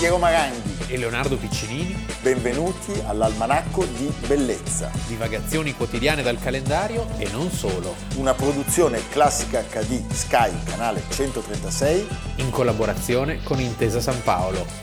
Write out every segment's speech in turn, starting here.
Piero Maranghi e Leonardo Piccinini. Benvenuti all'Almanacco di Bellezza. Divagazioni quotidiane dal calendario e non solo. Una produzione Classica HD Sky, canale 136. In collaborazione con Intesa San Paolo.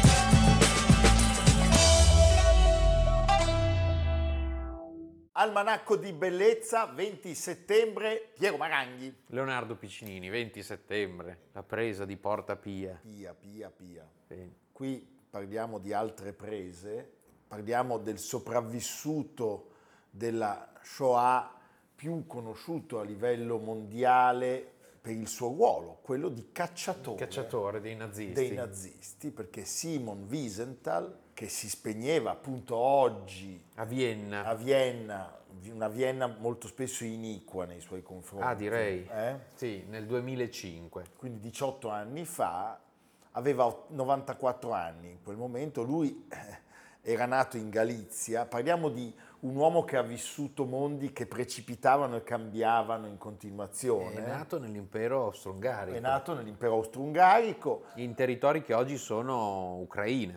Almanacco di Bellezza, 20 settembre, Piero Maranghi. Leonardo Piccinini, 20 settembre, la presa di Porta Pia. Pia. Sì. Qui parliamo di altre prese, parliamo del sopravvissuto della Shoah più conosciuto a livello mondiale per il suo ruolo, quello di Cacciatore dei nazisti. Perché Simon Wiesenthal, che si spegneva appunto oggi a Vienna, una Vienna molto spesso iniqua nei suoi confronti. Ah, direi. Sì, nel 2005. Quindi 18 anni fa, aveva 94 anni in quel momento, lui era nato in Galizia. Parliamo di un uomo che ha vissuto mondi che precipitavano e cambiavano in continuazione. È nato nell'impero austro-ungarico. In territori che oggi sono Ucraina.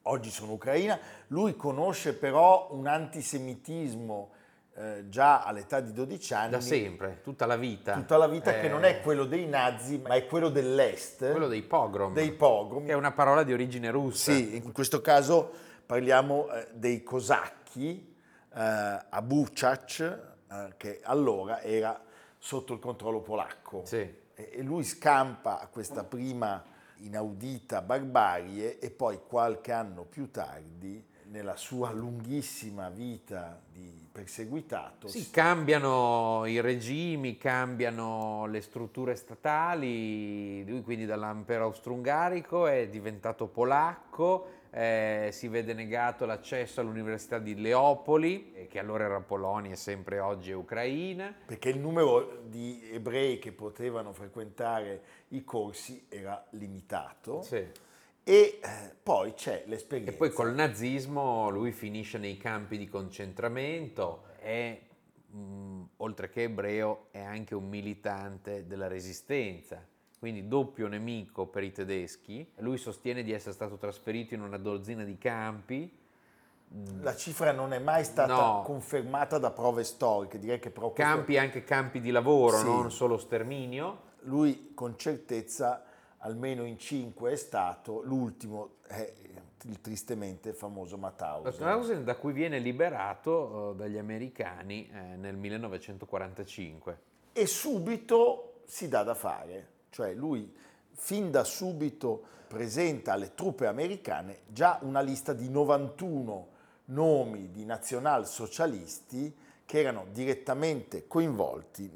Lui conosce però un antisemitismo già all'età di 12 anni. Da sempre, tutta la vita. Che non è quello dei nazi, ma è quello dell'est. Quello dei pogrom. Che è una parola di origine russa. Sì, in questo caso parliamo dei cosacchi a Buciac, che allora era sotto il controllo polacco. Sì. E lui scampa a questa prima inaudita barbarie e poi qualche anno più tardi, nella sua lunghissima vita di perseguitato. Sì, cambiano i regimi, cambiano le strutture statali, lui quindi dall'impero austro-ungarico è diventato polacco, si vede negato l'accesso all'università di Leopoli, che allora era Polonia e sempre oggi è Ucraina. Perché il numero di ebrei che potevano frequentare i corsi era limitato. Sì. E poi c'è l'esperienza. E poi col nazismo lui finisce nei campi di concentramento, oltre che ebreo è anche un militante della resistenza, quindi doppio nemico per i tedeschi. Lui sostiene di essere stato trasferito in una dozzina di campi. La cifra non è mai stata confermata da prove storiche, direi che però anche campi di lavoro, sì. Non solo sterminio. Lui con certezza almeno in 5 è stato, l'ultimo è il tristemente famoso Mauthausen. Da cui viene liberato dagli americani nel 1945. E subito si dà da fare, cioè lui fin da subito presenta alle truppe americane già una lista di 91 nomi di nazionalsocialisti che erano direttamente coinvolti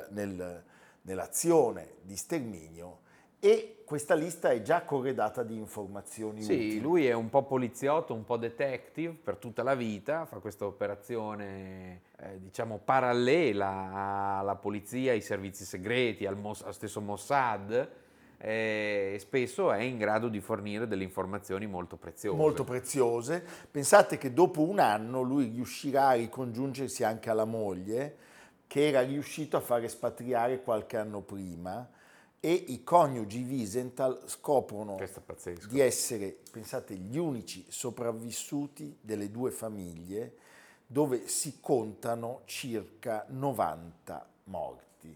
nell'azione di sterminio. E questa lista è già corredata di informazioni utili. Sì, lui è un po' poliziotto, un po' detective per tutta la vita, fa questa operazione parallela alla polizia, ai servizi segreti, al stesso Mossad, e spesso è in grado di fornire delle informazioni molto preziose. Pensate che dopo un anno lui riuscirà a ricongiungersi anche alla moglie, che era riuscito a far espatriare qualche anno prima, e i coniugi Wiesenthal scoprono di essere, pensate, gli unici sopravvissuti delle due famiglie, dove si contano circa 90 morti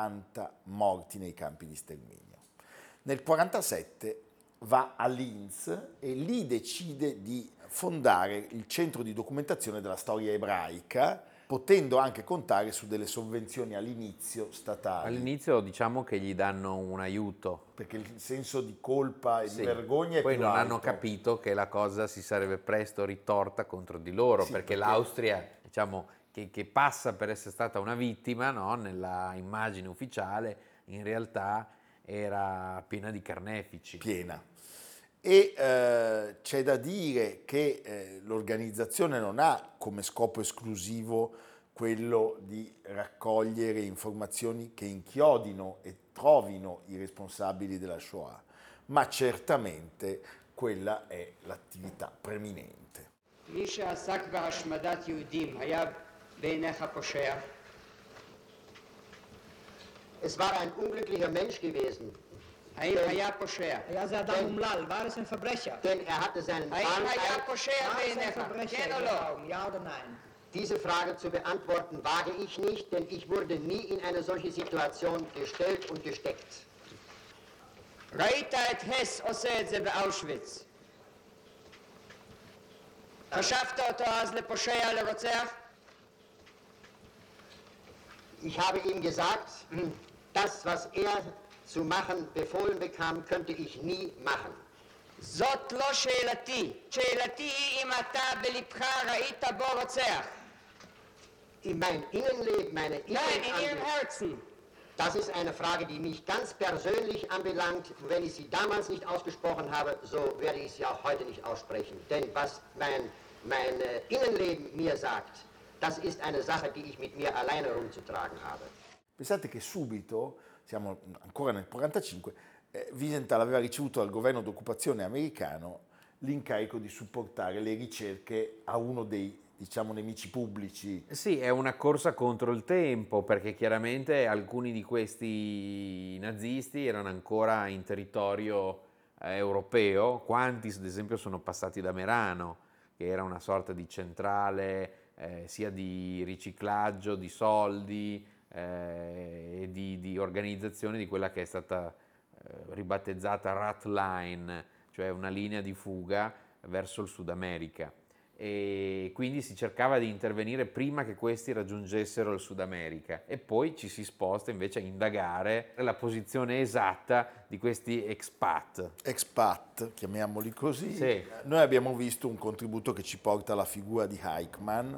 nei campi di sterminio. Nel 1947 va a Linz e lì decide di fondare il centro di documentazione della storia ebraica, potendo anche contare su delle sovvenzioni all'inizio statali. All'inizio diciamo che gli danno un aiuto. Perché il senso di colpa e di vergogna è poi più non alto. Hanno capito che la cosa si sarebbe presto ritorta contro di loro, perché l'Austria, che passa per essere stata una vittima, no? Nella immagine ufficiale, in realtà era piena di carnefici. E c'è da dire che l'organizzazione non ha come scopo esclusivo quello di raccogliere informazioni che inchiodino e trovino i responsabili della Shoah, ma certamente quella è l'attività preminente. Es war ein unglücklicher Mensch gewesen, Hayat Poshea. Ja, Saddam Umlal, war es ein Verbrecher? Denn er hatte seinen War Hayat es ein Verbrecher in Ihren Augen, ja oder nein? Diese Frage zu beantworten wage ich nicht, denn ich wurde nie in eine solche Situation gestellt und gesteckt. ראית את הס עושה את זה באושוויץ. חשבת אותו אז לפושע, לרוצח? Ich habe ihm gesagt, das, was er zu machen befohlen bekam, könnte ich nie machen. זאת לא שאלתי. שאלתי היא אם אתה בלבך ראית בו רוצח. In mein Innenleben, meine Nein, in Ihrem Innenansicht, Herzen. das ist eine Frage, die mich ganz persönlich anbelangt. Wenn ich sie damals nicht ausgesprochen habe, so werde ich sie auch heute nicht aussprechen. Denn was mein Innenleben mir sagt, das ist eine Sache, die ich mit mir alleine rumzutragen habe. Pensate che subito, siamo ancora nel 1945, Wiesenthal aveva ricevuto dal governo d'occupazione americano l'incarico di supportare le ricerche a uno dei, diciamo, nemici pubblici. Sì, è una corsa contro il tempo, perché chiaramente alcuni di questi nazisti erano ancora in territorio europeo, quanti ad esempio sono passati da Merano, che era una sorta di centrale sia di riciclaggio di soldi e di organizzazione di quella che è stata ribattezzata Rat Line, cioè una linea di fuga verso il Sud America. E quindi si cercava di intervenire prima che questi raggiungessero il Sud America e poi ci si sposta invece a indagare la posizione esatta di questi Expat, chiamiamoli così. Sì. Noi abbiamo visto un contributo che ci porta alla figura di Eichmann,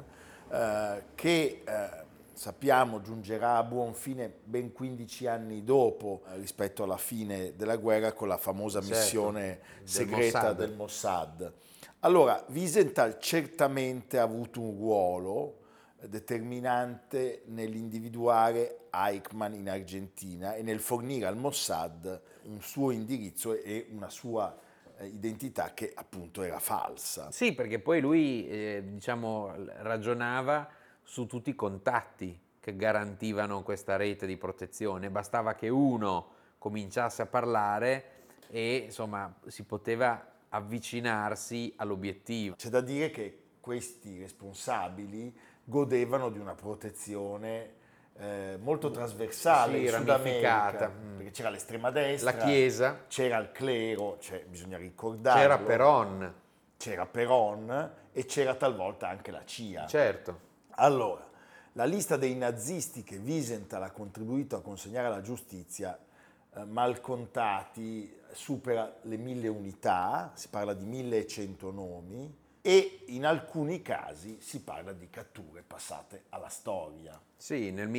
che sappiamo giungerà a buon fine ben 15 anni dopo rispetto alla fine della guerra con la famosa missione segreta del Mossad. Allora, Wiesenthal certamente ha avuto un ruolo determinante nell'individuare Eichmann in Argentina e nel fornire al Mossad un suo indirizzo e una sua identità che appunto era falsa. Sì, perché poi lui diciamo, ragionava su tutti i contatti che garantivano questa rete di protezione, bastava che uno cominciasse a parlare e insomma si poteva avvicinarsi all'obiettivo. C'è da dire che questi responsabili godevano di una protezione molto trasversale Sì, in Sud ramificata. America, perché c'era l'estrema destra, La Chiesa, c'era il clero, bisogna ricordarlo, c'era Perón, Perón e c'era talvolta anche la CIA. certo. Allora, la lista dei nazisti che Wiesenthal ha contribuito a consegnare alla giustizia, mal contati, supera le 1000 unità, si parla di 1100 nomi e in alcuni casi si parla di catture passate alla storia. Sì, nel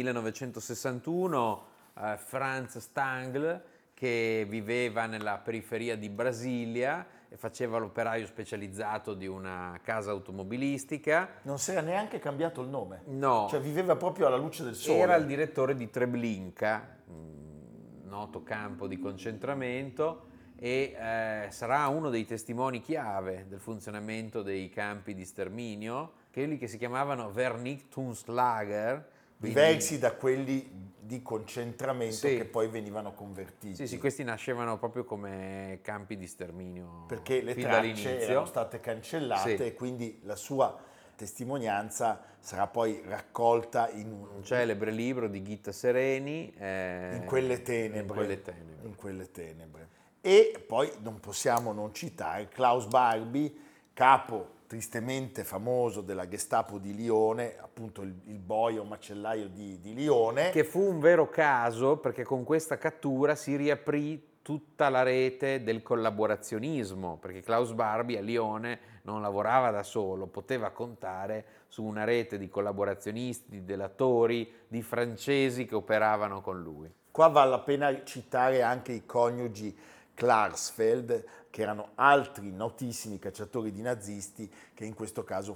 1961 Franz Stangl, che viveva nella periferia di Brasilia e faceva l'operaio specializzato di una casa automobilistica. Non si era neanche cambiato il nome. No. Cioè viveva proprio alla luce del sole. Era il direttore di Treblinka, noto campo di concentramento, e sarà uno dei testimoni chiave del funzionamento dei campi di sterminio, quelli che si chiamavano Vernichtungslager. Diversi da quelli di concentramento Sì. che poi venivano convertiti. Sì, questi nascevano proprio come campi di sterminio Perché le fin tracce dall'inizio. erano state cancellate Sì. e quindi la sua testimonianza sarà poi raccolta in Un celebre libro di Ghitta Sereni. in quelle tenebre. In quelle tenebre. E poi non possiamo non citare Klaus Barbie, capo tristemente famoso della Gestapo di Lione, appunto il boio macellaio di Lione. Che fu un vero caso, perché con questa cattura si riaprì tutta la rete del collaborazionismo, perché Klaus Barbie a Lione non lavorava da solo, poteva contare su una rete di collaborazionisti, di delatori, di francesi che operavano con lui. Qua vale la pena citare anche i coniugi Klarsfeld, che erano altri notissimi cacciatori di nazisti che in questo caso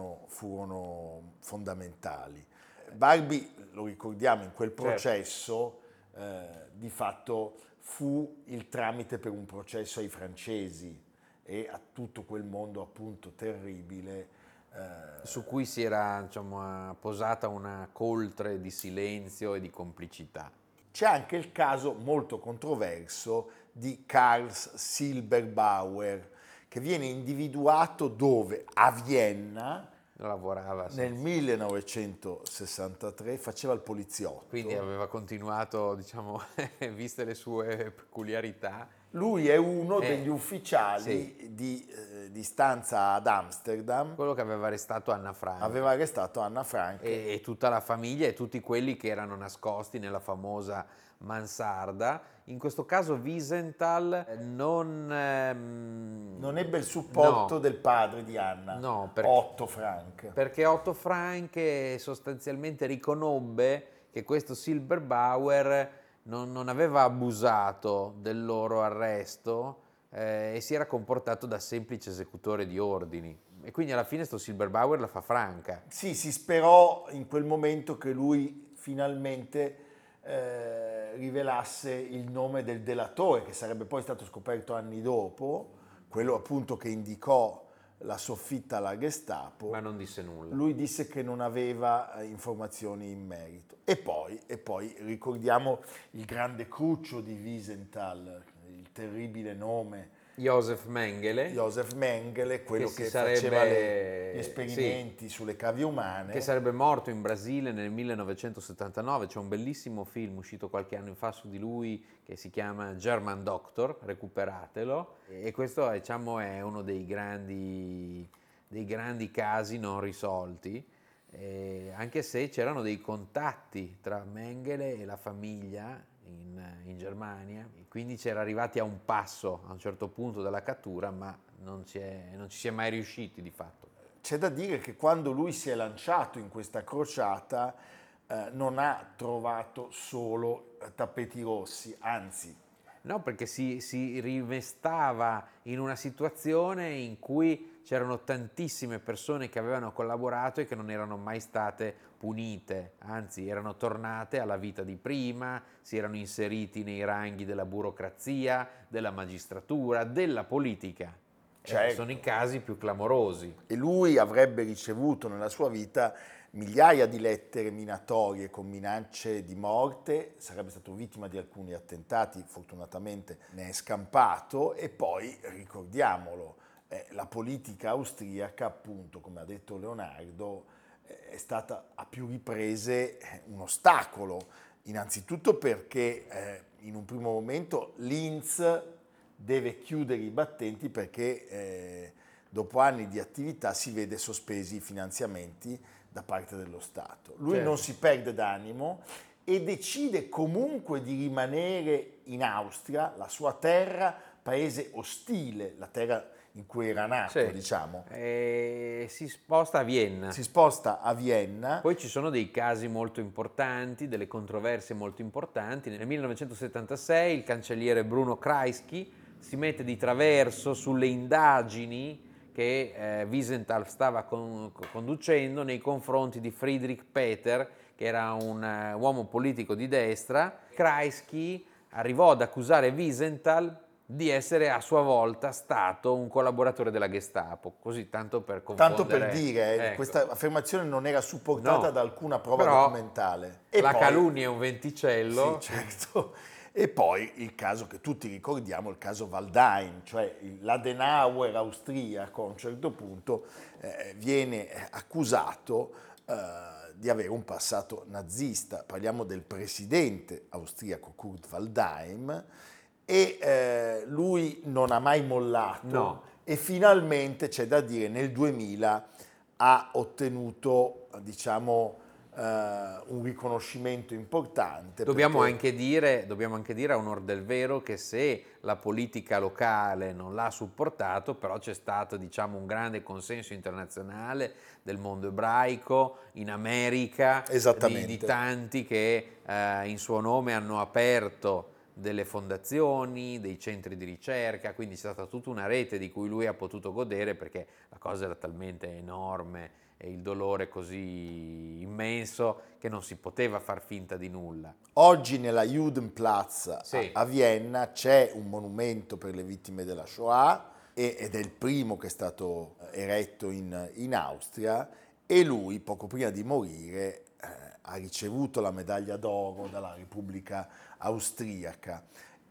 furono fondamentali. Barbie, lo ricordiamo, in quel processo di fatto fu il tramite per un processo ai francesi e a tutto quel mondo appunto terribile. Su cui si era insomma, posata una coltre di silenzio e di complicità. C'è anche il caso molto controverso di Karl Silberbauer, che viene individuato dove? A Vienna, Lavorava, sì. nel 1963, faceva il poliziotto. Quindi aveva continuato, diciamo, viste le sue peculiarità. Lui è uno degli ufficiali sì. di stanza ad Amsterdam. Quello che aveva arrestato Anna Frank. Aveva arrestato Anna Frank. E tutta la famiglia e tutti quelli che erano nascosti nella famosa mansarda. In questo caso Wiesenthal non ebbe il supporto no, del padre di Anna, no, Otto Frank. Perché Otto Frank sostanzialmente riconobbe che questo Silberbauer non aveva abusato del loro arresto e si era comportato da semplice esecutore di ordini. E quindi alla fine sto Silberbauer la fa franca. Sì, si sperò in quel momento che lui finalmente rivelasse il nome del delatore, che sarebbe poi stato scoperto anni dopo, quello appunto che indicò la soffitta alla Gestapo. Ma non disse nulla. Lui disse che non aveva informazioni in merito. E poi ricordiamo il grande cruccio di Wiesenthal, il terribile nome Josef Mengele, quello che faceva gli esperimenti sulle cavie umane. Che sarebbe morto in Brasile nel 1979. C'è un bellissimo film uscito qualche anno fa su di lui che si chiama German Doctor, recuperatelo. E questo diciamo, è uno dei grandi casi non risolti, anche se c'erano dei contatti tra Mengele e la famiglia in Germania, quindi c'era arrivati a un passo a un certo punto dalla cattura, ma non ci si è mai riusciti di fatto. C'è da dire che quando lui si è lanciato in questa crociata non ha trovato solo tappeti rossi, anzi. No, perché si rimestava in una situazione in cui c'erano tantissime persone che avevano collaborato e che non erano mai state punite, anzi erano tornate alla vita di prima, si erano inseriti nei ranghi della burocrazia, della magistratura, della politica. Certo. Sono i casi più clamorosi. E lui avrebbe ricevuto nella sua vita migliaia di lettere minatorie con minacce di morte, sarebbe stato vittima di alcuni attentati, fortunatamente ne è scampato, e poi, ricordiamolo, la politica austriaca, appunto, come ha detto Leonardo, è stata a più riprese un ostacolo, innanzitutto perché in un primo momento Linz deve chiudere i battenti perché dopo anni di attività si vede sospesi i finanziamenti da parte dello Stato. Lui certo. Non si perde d'animo e decide comunque di rimanere in Austria, la sua terra, paese ostile, la terra in cui era nato, sì. diciamo. E si sposta a Vienna. Si sposta a Vienna. Poi ci sono dei casi molto importanti, delle controversie molto importanti. Nel 1976 il cancelliere Bruno Kreisky si mette di traverso sulle indagini che Wiesenthal stava conducendo nei confronti di Friedrich Peter, che era un uomo politico di destra. Kreisky arrivò ad accusare Wiesenthal di essere a sua volta stato un collaboratore della Gestapo, così tanto per confondere. Tanto per dire, ecco. Questa affermazione non era supportata da alcuna prova però documentale. E la poi, calunnia è un venticello. Sì, certo. E poi il caso che tutti ricordiamo, il caso Waldheim, cioè l'Adenauer austriaco a un certo punto viene accusato di avere un passato nazista. Parliamo del presidente austriaco Kurt Waldheim e lui non ha mai mollato. No. E finalmente, c'è da dire, nel 2000 ha ottenuto, diciamo, un riconoscimento importante. Dobbiamo anche dire a onor del vero che se la politica locale non l'ha supportato, però c'è stato, diciamo, un grande consenso internazionale del mondo ebraico, in America, di tanti che in suo nome hanno aperto delle fondazioni, dei centri di ricerca, quindi c'è stata tutta una rete di cui lui ha potuto godere perché la cosa era talmente enorme e il dolore così immenso che non si poteva far finta di nulla. Oggi nella Judenplatz sì. a Vienna c'è un monumento per le vittime della Shoah ed è il primo che è stato eretto in Austria, e lui poco prima di morire ha ricevuto la medaglia d'oro dalla Repubblica Austriaca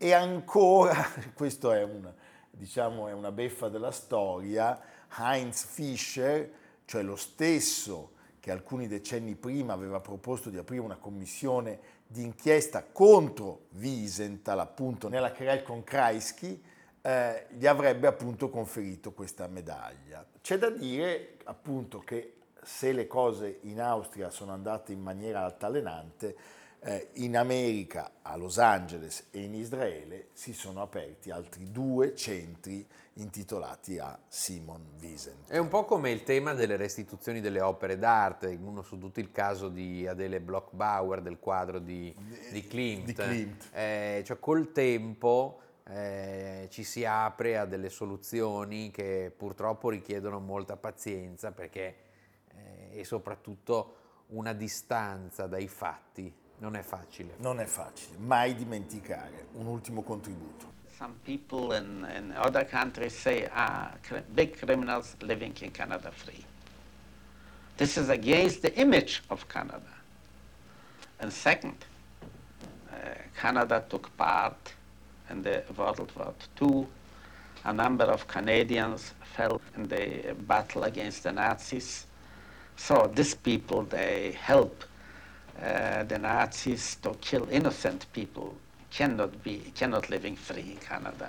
E ancora, questo è è una beffa della storia, Heinz Fischer, cioè lo stesso che alcuni decenni prima aveva proposto di aprire una commissione di inchiesta contro Wiesenthal, appunto nella querelle con Kreisky, gli avrebbe appunto conferito questa medaglia. C'è da dire appunto che se le cose in Austria sono andate in maniera altalenante, in America, a Los Angeles e in Israele si sono aperti altri 2 centri intitolati a Simon Wiesenthal. È un po' come il tema delle restituzioni delle opere d'arte, uno su tutti il caso di Adele Bloch-Bauer del quadro di Klimt. Di Klimt. Cioè col tempo ci si apre a delle soluzioni che purtroppo richiedono molta pazienza e soprattutto una distanza dai fatti. Non è facile. Non è facile, mai dimenticare. Un ultimo contributo. Some people in other countries say, big criminals living in Canada free. This is against the image of Canada. And second, Canada took part in the World War II. A number of Canadians fell in the battle against the Nazis. So these people, they help the Nazis to kill innocent people, cannot living free in Canada.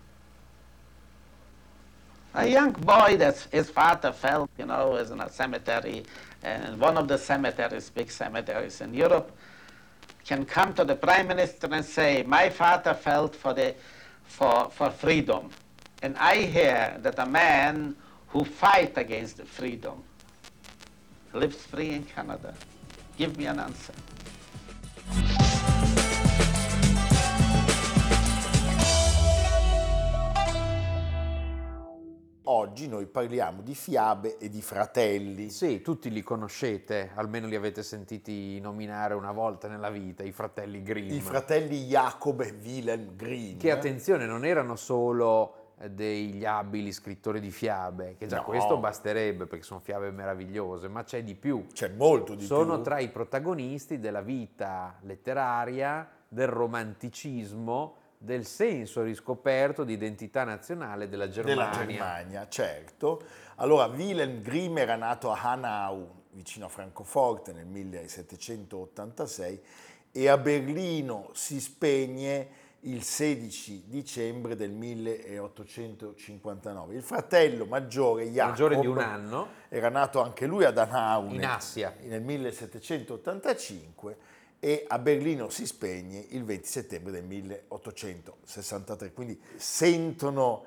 A young boy that his father fell, is in a cemetery, and one of the cemeteries, big cemeteries in Europe, can come to the Prime Minister and say, my father felt for freedom. And I hear that a man who fight against freedom lives free in Canada. Give me an answer. Oggi noi parliamo di fiabe e di fratelli. Sì, tutti li conoscete, almeno li avete sentiti nominare una volta nella vita, i fratelli Grimm. I fratelli Jacob e Wilhelm Grimm. Che, attenzione, non erano solo degli abili scrittori di fiabe, che già questo basterebbe perché sono fiabe meravigliose, ma c'è di più. C'è molto di più. Sono tra i protagonisti della vita letteraria, del romanticismo, del senso riscoperto di identità nazionale della Germania. Della Germania, certo. Allora, Wilhelm Grimm era nato a Hanau, vicino a Francoforte, nel 1786 e a Berlino si spegne il 16 dicembre del 1859. Il fratello maggiore, Jacob, maggiore di un anno, era nato anche lui ad Hanau in Assia nel 1785 e a Berlino si spegne il 20 settembre del 1863. Quindi sentono,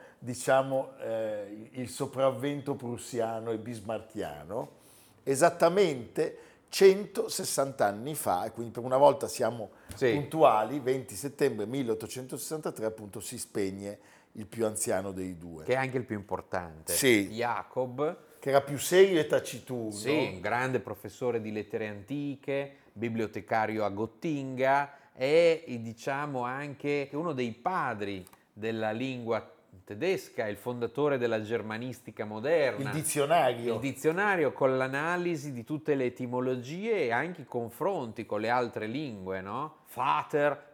il sopravvento prussiano e bismarchiano esattamente 160 anni fa, e quindi per una volta siamo puntuali, 20 settembre 1863 appunto si spegne il più anziano dei due. Che è anche il più importante. Sì. Jacob. Che era più serio e taciturno. Sì, un grande professore di lettere antiche, bibliotecario a Gottinga e anche uno dei padri della lingua tedesca, il fondatore della germanistica moderna. Il dizionario con l'analisi di tutte le etimologie e anche i confronti con le altre lingue, no? Father,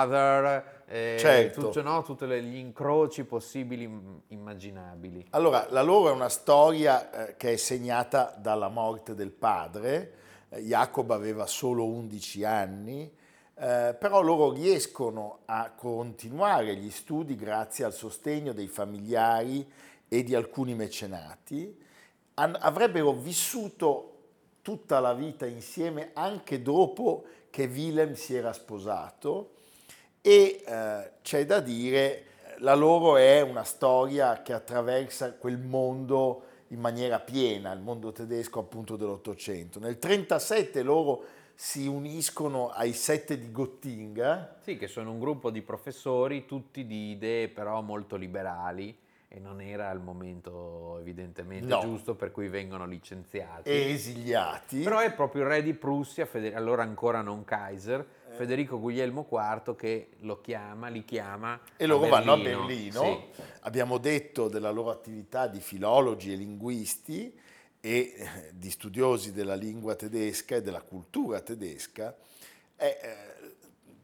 certo. Tutti gli incroci possibili, immaginabili. Allora, la loro è una storia che è segnata dalla morte del padre. Jacob aveva solo 11 anni, però loro riescono a continuare gli studi grazie al sostegno dei familiari e di alcuni mecenati. Avrebbero vissuto tutta la vita insieme anche dopo che Wilhelm si era sposato e c'è da dire, la loro è una storia che attraversa quel mondo in maniera piena, il mondo tedesco appunto dell'Ottocento. Nel 1937 loro si uniscono ai 7 di Gottinga. Sì, che sono un gruppo di professori, tutti di idee però molto liberali, e non era al momento evidentemente giusto, per cui vengono licenziati. E esiliati. Però è proprio il re di Prussia, allora ancora non Kaiser, Federico Guglielmo IV, che li chiama e loro vanno a Berlino. Berlino. Sì. Abbiamo detto della loro attività di filologi e linguisti e di studiosi della lingua tedesca e della cultura tedesca.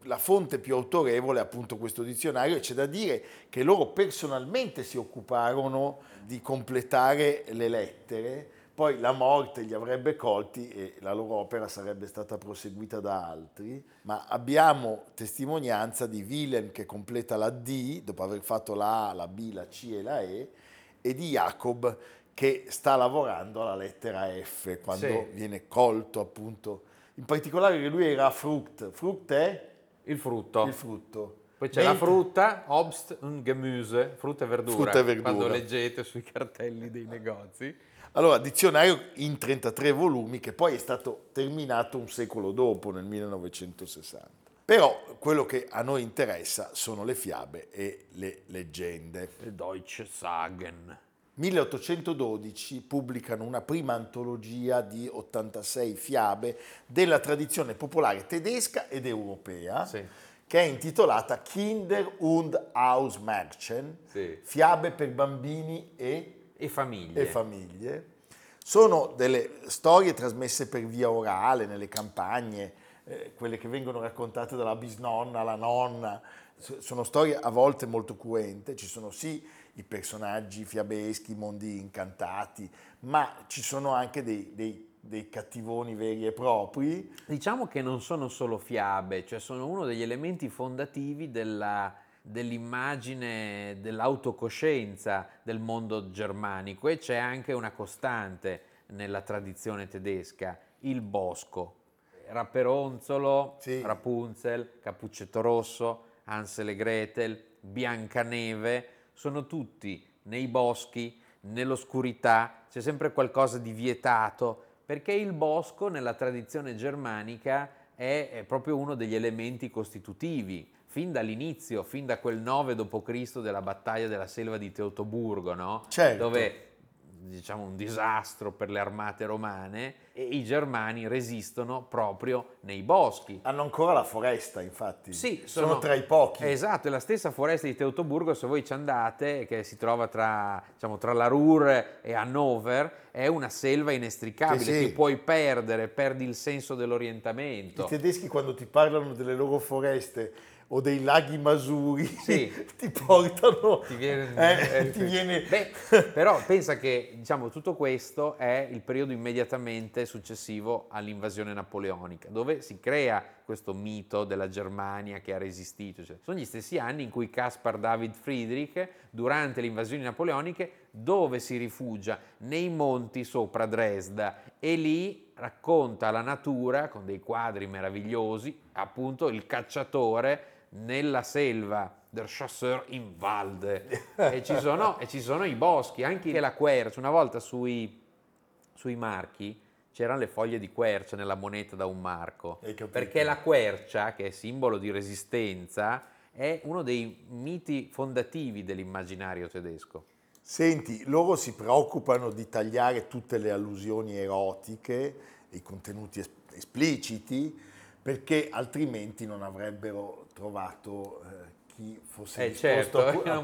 la fonte più autorevole è appunto questo dizionario, e c'è da dire che loro personalmente si occuparono di completare le lettere, poi la morte li avrebbe colti e la loro opera sarebbe stata proseguita da altri, ma abbiamo testimonianza di Wilhelm che completa la D dopo aver fatto la A, la B, la C e la E di Jacob che sta lavorando alla lettera F quando viene colto appunto, in particolare che lui era Frucht. Frucht è? Il frutto. Il frutto. Poi c'è la frutta, Obst und Gemüse, frutta e verdura, Frutta e verdura. quando leggete sui cartelli dei negozi. Allora, dizionario in 33 volumi che poi è stato terminato un secolo dopo, nel 1960. Però quello che a noi interessa sono le fiabe e le leggende. Le Deutsche Sagen. 1812 pubblicano una prima antologia di 86 fiabe della tradizione popolare tedesca ed europea, che è intitolata Kinder- und Hausmärchen, fiabe per bambini e famiglie. Sono delle storie trasmesse per via orale nelle campagne, quelle che vengono raccontate dalla bisnonna alla nonna. Sono storie a volte molto cruente, ci sono sì i personaggi fiabeschi, i mondi incantati, ma ci sono anche dei cattivoni veri e propri. Diciamo che non sono solo fiabe, cioè sono uno degli elementi fondativi dell'immagine dell'autocoscienza del mondo germanico, e c'è anche una costante nella tradizione tedesca, il bosco. Rapperonzolo, Rapunzel, Cappuccetto Rosso, Hansel e Gretel, Biancaneve, sono tutti nei boschi, nell'oscurità, c'è sempre qualcosa di vietato, perché il bosco nella tradizione germanica è proprio uno degli elementi costitutivi, fin dall'inizio, fin da quel 9 d.C. della battaglia della selva di Teutoburgo, no? Certo. Dove, diciamo, un disastro per le armate romane, e i germani resistono proprio nei boschi. Hanno ancora la foresta, infatti. Sì, sono tra i pochi. Esatto, è la stessa foresta di Teutoburgo, se voi ci andate, che si trova tra la Ruhr e Hannover, è una selva inestricabile, ti puoi perdere, perdi il senso dell'orientamento. I tedeschi quando ti parlano delle loro foreste o dei laghi masuri ti portano, ti viene. Beh, però pensa che, diciamo, tutto questo è il periodo immediatamente successivo all'invasione napoleonica, dove si crea questo mito della Germania che ha resistito. Cioè, sono gli stessi anni in cui Caspar David Friedrich, durante le invasioni napoleoniche, dove si rifugia? Nei monti sopra Dresda, e lì racconta la natura con dei quadri meravigliosi, appunto il cacciatore nella selva, der Chasseur im Walde, e ci sono i boschi, anche la quercia. Una volta sui marchi c'erano le foglie di quercia nella moneta da un marco, perché la quercia, che è simbolo di resistenza, è uno dei miti fondativi dell'immaginario tedesco. Senti, loro si preoccupano di tagliare tutte le allusioni erotiche, i contenuti espliciti, perché altrimenti non avrebbero trovato chi fosse disposto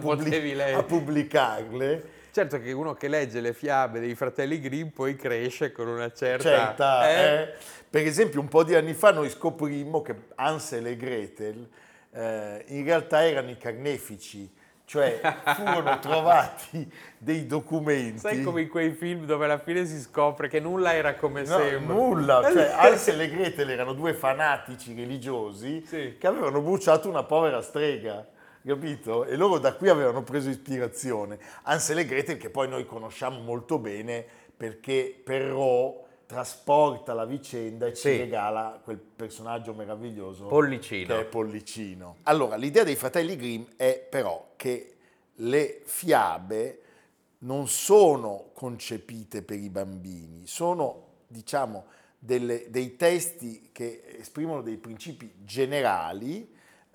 a pubblicarle. Certo che uno che legge le fiabe dei fratelli Grimm poi cresce con una certa... Per esempio, un po' di anni fa noi scoprimmo che Hansel e Gretel in realtà erano i carnefici, cioè furono trovati dei documenti. Sai, come in quei film dove alla fine si scopre che nulla era come sembra. Nulla, cioè Hansel e Gretel erano due fanatici religiosi che avevano bruciato una povera strega, capito? E loro da qui avevano preso ispirazione. Hansel e Gretel, che poi noi conosciamo molto bene perché Perrault trasporta la vicenda e ci regala quel personaggio meraviglioso Pollicino, che è Pollicino. Allora, l'idea dei fratelli Grimm è però che le fiabe non sono concepite per i bambini, sono, diciamo, dei testi che esprimono dei principi generali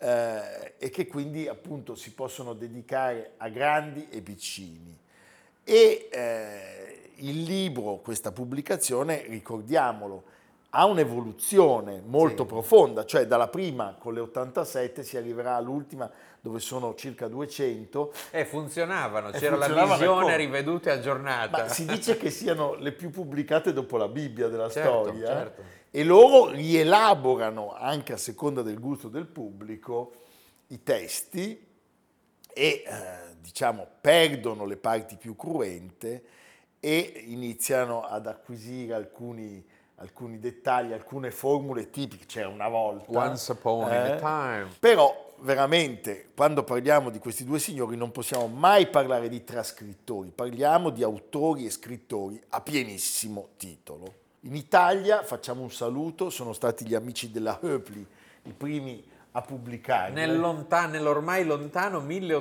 e che quindi appunto si possono dedicare a grandi e piccini. E il libro, questa pubblicazione, ricordiamolo, ha un'evoluzione molto profonda, cioè dalla prima con le 87 si arriverà all'ultima dove sono circa 200. Funzionavano, c'era funzionavano la visione come? rivedute e aggiornata. Ma si dice che siano le più pubblicate dopo la Bibbia della Certo, storia, certo. e loro rielaborano, anche a seconda del gusto del pubblico, i testi e diciamo perdono le parti più cruente e iniziano ad acquisire alcuni dettagli, alcune formule tipiche. C'era una volta. Once upon a time. Però veramente quando parliamo di questi due signori non possiamo mai parlare di trascrittori, parliamo di autori e scrittori a pienissimo titolo. In Italia facciamo un saluto, sono stati gli amici della Hoepli i primi a pubblicare. Nell'ormai lontano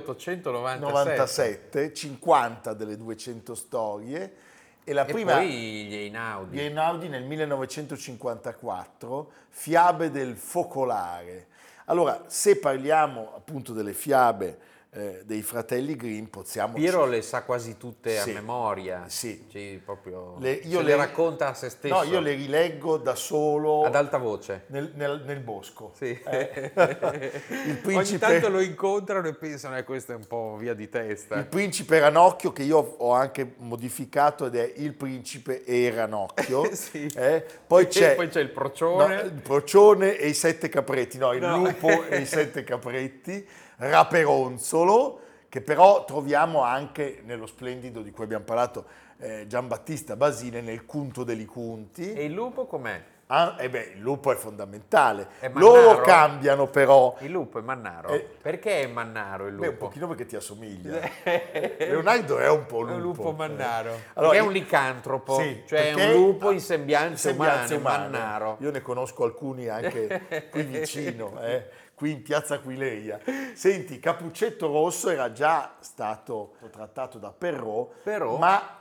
1897. 50 delle 200 storie. E la prima, poi gli Einaudi. Gli Einaudi nel 1954, Fiabe del focolare. Allora, se parliamo appunto delle fiabe dei fratelli Grimm, possiamo... Piero le sa quasi tutte Sì, a memoria. sì. Sì, proprio Io le racconta a se stesso. No, io le rileggo da solo... Ad alta voce. Nel bosco. Sì. Il principe... Ogni tanto lo incontrano e pensano questo è un po' via di testa. Il principe Ranocchio, che io ho anche modificato, ed è il principe e Ranocchio. Sì. Poi E c'è poi c'è il procione. il procione e i 7 capretti, il lupo e i 7 capretti, Raperonzolo, che però troviamo anche nello splendido di cui abbiamo parlato Giambattista Basile, nel Cunto degli Cunti. E il lupo com'è? Il lupo è fondamentale. È Mannaro? Loro cambiano però. Il lupo è Mannaro. Perché è Mannaro il lupo? Un pochino perché ti assomiglia. Leonardo è un po' lupo. È un lupo Mannaro. Allora, è un licantropo, sì, cioè è un lupo in sembianze umane, Mannaro. Io ne conosco alcuni anche qui vicino, qui in piazza Aquileia. Senti, Cappuccetto Rosso era già stato trattato da Perrault, ma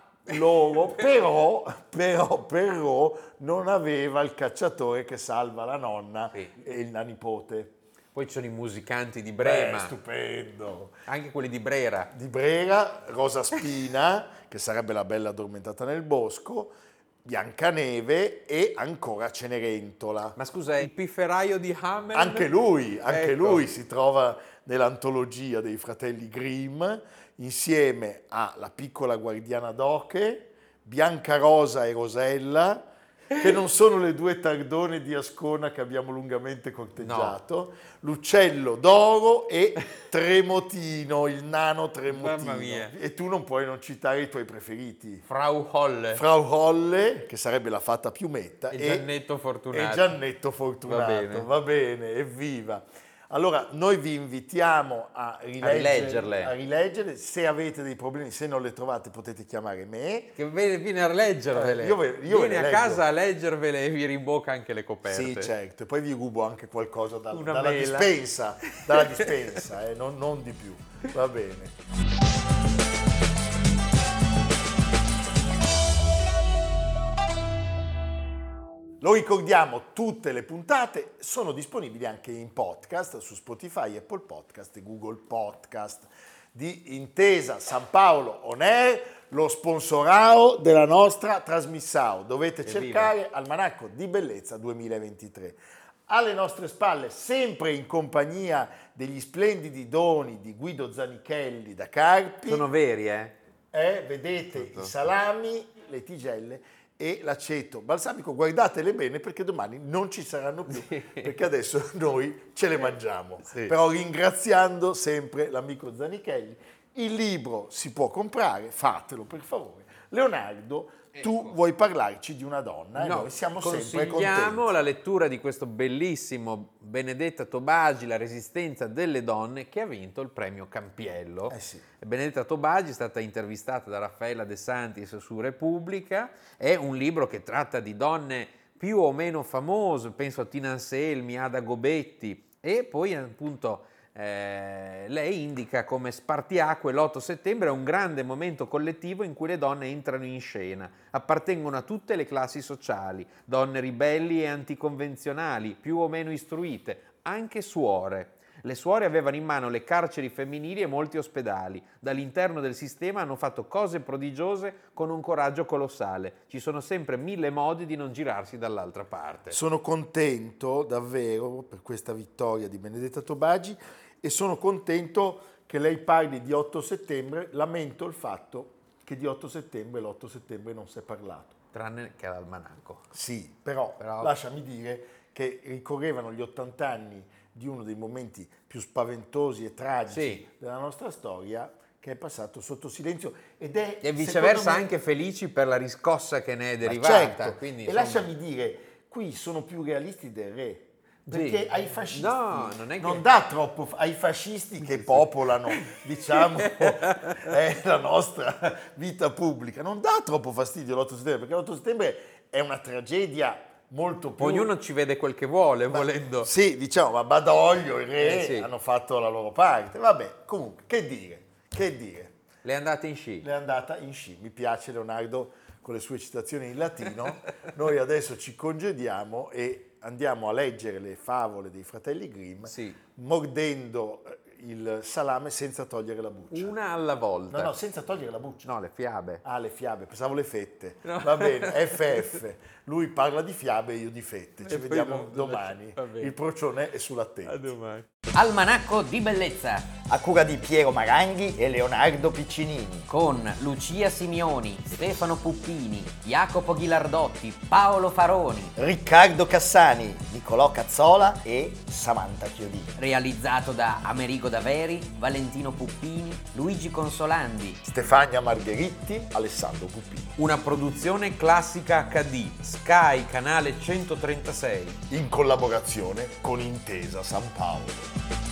Perrault non aveva il cacciatore che salva la nonna e la nipote. Poi ci sono i musicanti di Brema. Stupendo. Anche quelli di Brera. Di Brera, Rosa Spina, che sarebbe la bella addormentata nel bosco, Biancaneve e ancora Cenerentola. Ma scusa, il pifferaio di Hameln? Anche lui Ecco. si trova nell'antologia dei fratelli Grimm, insieme a La piccola guardiana d'Oche, Biancarosa e Rosella, che non sono le due tardone di Ascona che abbiamo lungamente corteggiato, L'uccello d'oro e Tremotino, il nano Tremotino. Mamma mia. E tu non puoi non citare i tuoi preferiti. Frau Holle. Frau Holle, che sarebbe la fata piumetta, E Giannetto Fortunato. E Giannetto Fortunato, va bene, evviva. Allora, noi vi invitiamo a rileggerle. Se avete dei problemi, se non le trovate, potete chiamare me. Che viene a leggervele. Io viene a leggo. casa a leggervele e vi rimbocca anche le coperte. Sì, certo. E poi vi rubo anche qualcosa Una dalla mela. dispensa, non di più. Va bene. Lo ricordiamo, tutte le puntate sono disponibili anche in podcast su Spotify, Apple Podcast e Google Podcast di Intesa San Paolo On Air, lo sponsorao della nostra trasmissao. Dovete cercare Almanacco di Bellezza 2023. Alle nostre spalle, sempre in compagnia degli splendidi doni di Guido Zanichelli da Carpi. Sono veri, Vedete i salami, le tigelle e l'aceto balsamico, guardatele bene perché domani non ci saranno più, perché adesso noi ce le mangiamo. Sì. Però ringraziando sempre l'amico Zanichelli, il libro si può comprare, fatelo per favore. Leonardo, tu vuoi parlarci di una donna e noi siamo sempre contenti. Consigliamo la lettura di questo bellissimo Benedetta Tobagi, La resistenza delle donne, che ha vinto il premio Campiello. Sì. Benedetta Tobagi è stata intervistata da Raffaella De Santis su Repubblica, è un libro che tratta di donne più o meno famose, penso a Tina Anselmi, Ada Gobetti, e poi appunto lei indica come spartiacque l'8 settembre è un grande momento collettivo in cui le donne entrano in scena, appartengono a tutte le classi sociali, donne ribelli e anticonvenzionali, più o meno istruite, anche suore. Le suore avevano in mano le carceri femminili e molti ospedali. Dall'interno del sistema hanno fatto cose prodigiose con un coraggio colossale. Ci sono sempre 1000 modi di non girarsi dall'altra parte. Sono contento davvero per questa vittoria di Benedetta Tobagi e sono contento che lei parli di 8 settembre. Lamento il fatto che di 8 settembre, l'8 settembre non si è parlato. Tranne che all'almanacco. Sì, però lasciami dire che ricorrevano gli 80 anni di uno dei momenti più spaventosi e tragici della nostra storia, che è passato sotto silenzio ed è e viceversa me, anche felici per la riscossa che ne è derivata. Certo. Quindi, e lasciami dire, qui sono più realisti del re. Perché ai fascisti non dà troppo ai fascisti che popolano, diciamo, la nostra vita pubblica, non dà troppo fastidio l'8 settembre, perché l'8 settembre è una tragedia molto più... Ognuno ci vede quel che vuole, volendo. Sì, diciamo, ma Badoglio e il re hanno fatto la loro parte. Vabbè, comunque, che dire? Le è andata in sci. Le è andata in sci. Mi piace Leonardo con le sue citazioni in latino. Noi adesso ci congediamo e andiamo a leggere le favole dei fratelli Grimm, mordendo il salame senza togliere la buccia. Una alla volta. No, senza togliere la buccia. No, le fiabe. Ah, le fiabe, pensavo le fette. No. Va bene, FF. Lui parla di fiabe e io di fette. Ci vediamo domani. Il procione è sull'attenti. A domani. Almanacco di bellezza, a cura di Piero Maranghi e Leonardo Piccinini, con Lucia Simioni, Stefano Puppini, Jacopo Ghilardotti, Paolo Faroni, Riccardo Cassani, Nicolò Cazzola e Samantha Chiodini. Realizzato da Amerigo Daveri, Valentino Puppini, Luigi Consolandi, Stefania Margheritti, Alessandro Puppini. Una produzione Classica HD, Sky, canale 136. In collaborazione con Intesa San Paolo.